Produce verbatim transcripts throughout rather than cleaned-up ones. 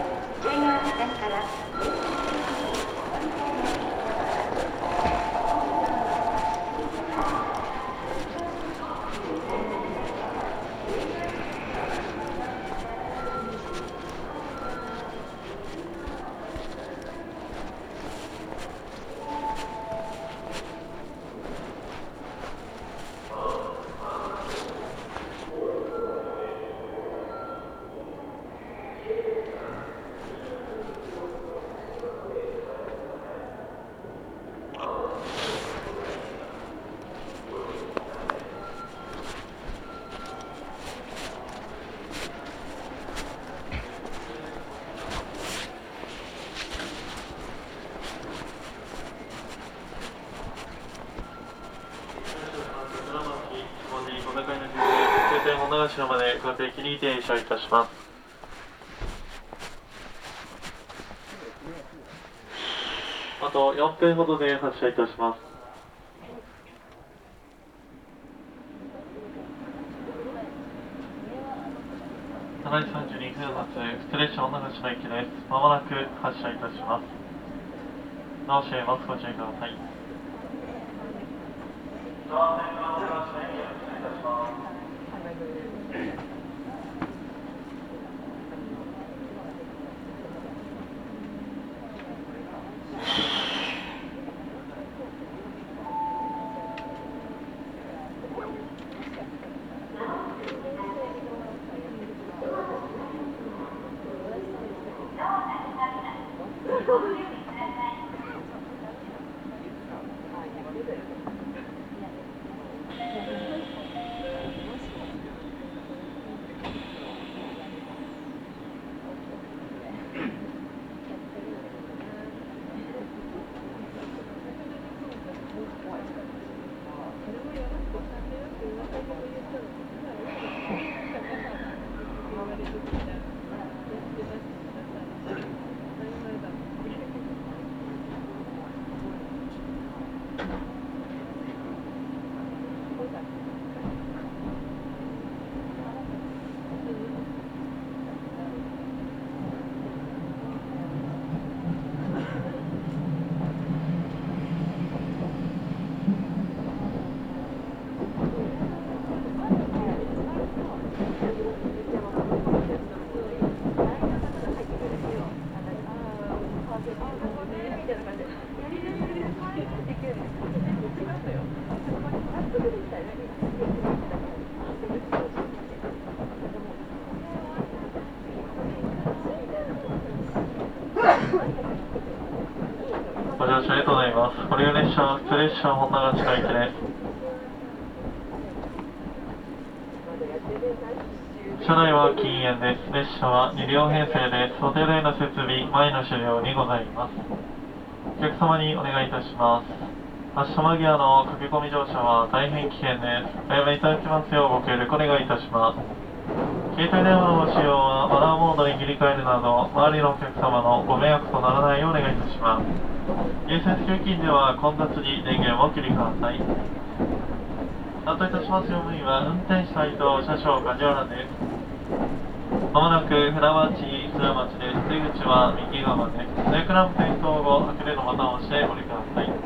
従業員ですから。 長篠まで各駅に停車いたします。あとよんぷんほどで発車いたします。しちじさんじゅうにふん発、普通列車長篠駅です。まもなく発車いたします。なおしマスクご注意ください。ドア線の長篠駅を失礼いたします。ご乗車ありがとうございます。ご利用列車は普通列車本長篠駅です。車内は禁煙です。列車はに両編成です。お手台の設備、前の車両にございます。お客様にお願いいたします。発車間際の駆け込み乗車は大変危険です。おやめいただきますようご協力お願いいたします。携帯電話のご使用はマナーモードに切り替えるなど、周りのお客様のご迷惑とならないようお願いいたします。優先席付近では混雑に電源をお切りください。担当いたします乗務員は運転士斉藤、車掌梶原です。まもなく船町、須町です。出口は右側です。ブレークランプ点灯後、開けるのボタンを押してお降りください。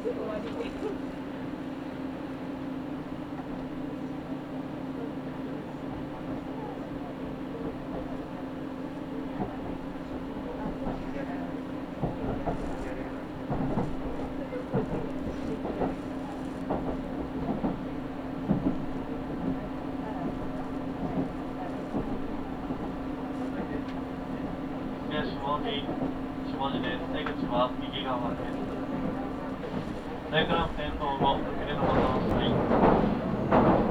下地、下地です。出口は右側です。大クランプ点灯後、受け入れのボタンを押して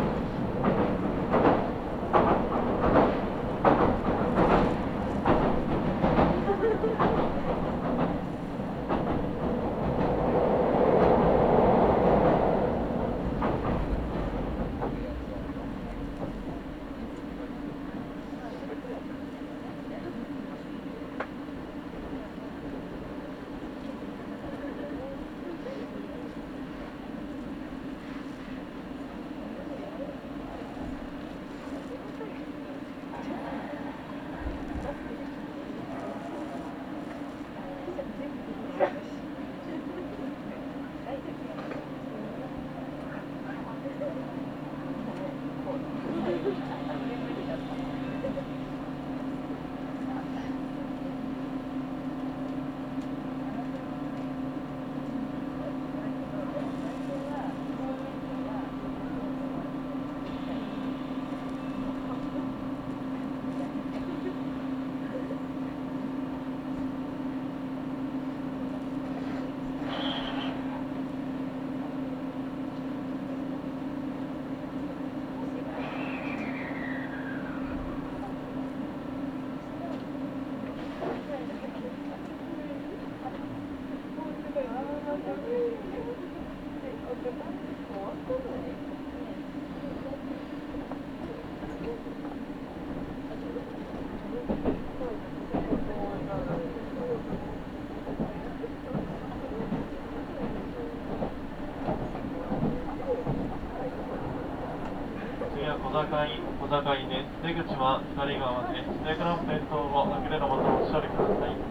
次は小坂井、小坂井です。出口は左側です。大クランプ点灯後、開け入れのボタンを押しておりください。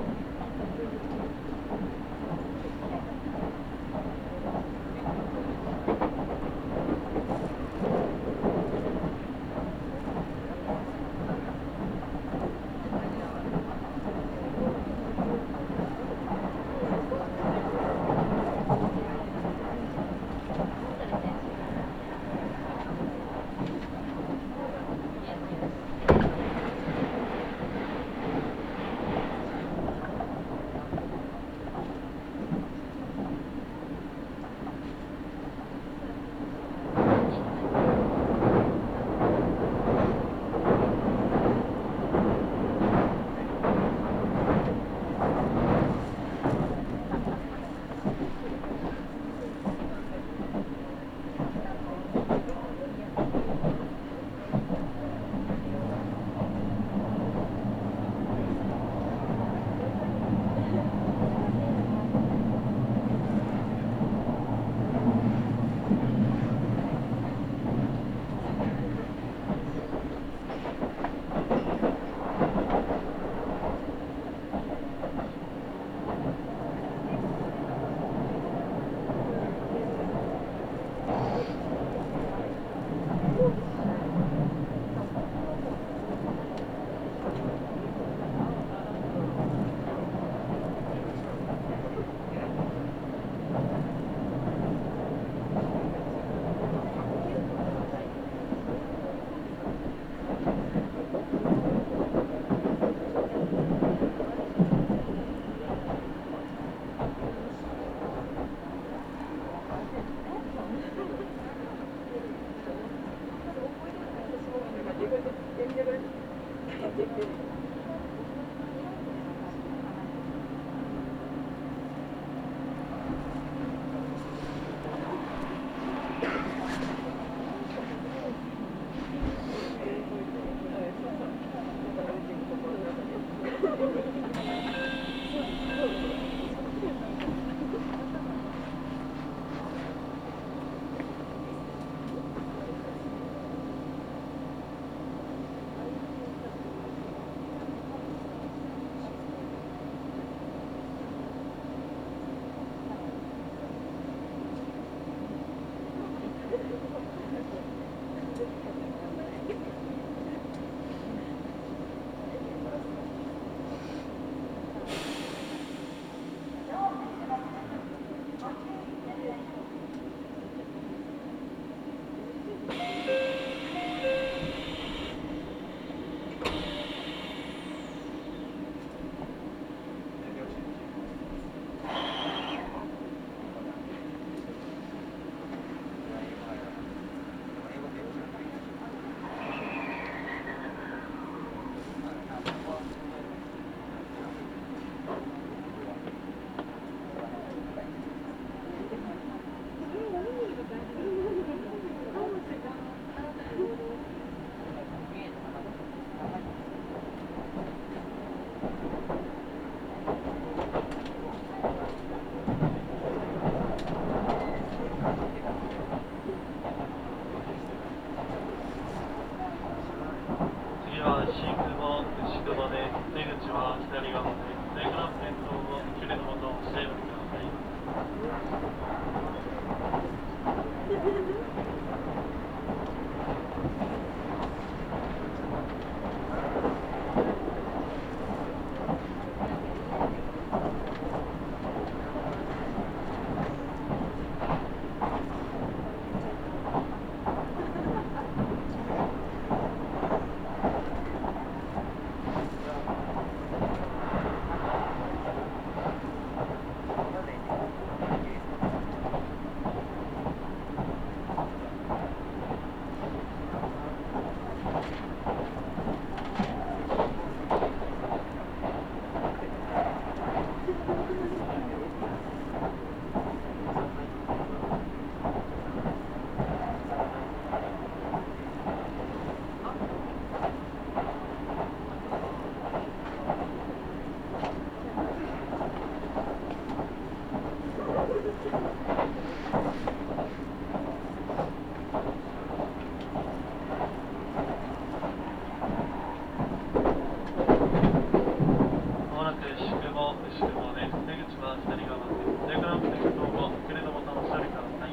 まもなく宿坊、宿坊です。出口は左側です。レグランプ点灯後、遅れのボタンを押してください。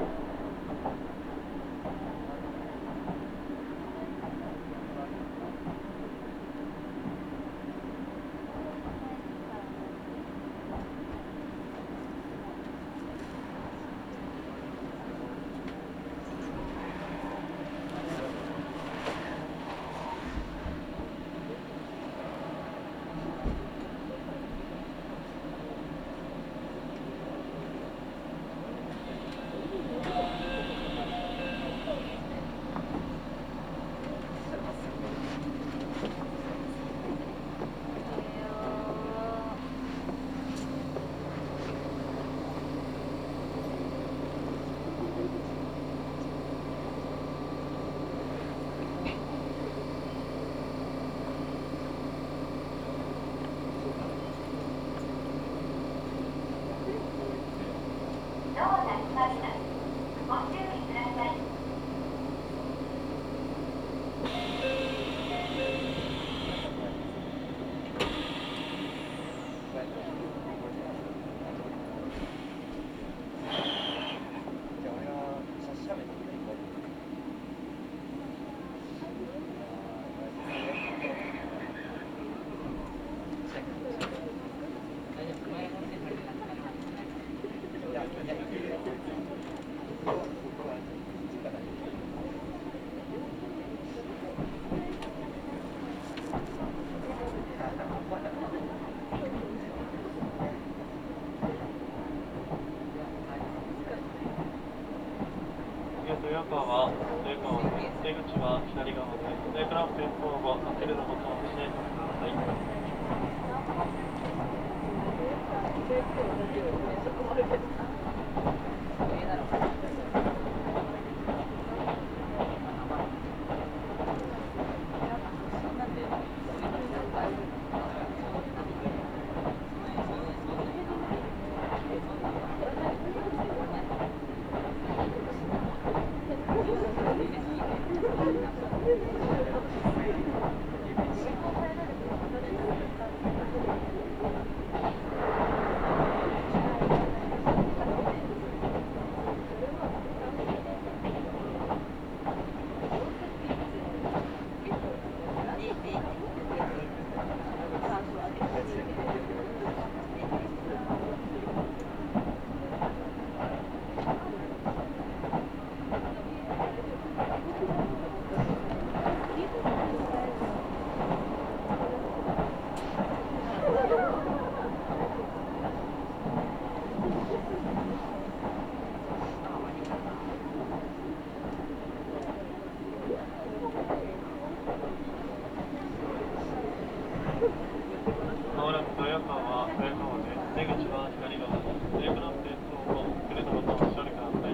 ドアが閉まります。ご注意ください。豊川、豊川です。出口は左側です。レグランプ点灯後、開けるのボタンを押してください。まもなく豊川、豊川です。出口は左側です。レグランプ点灯後、遅れのボタンを押してください。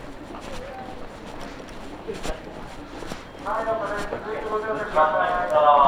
前の方に続いてご乗車ください。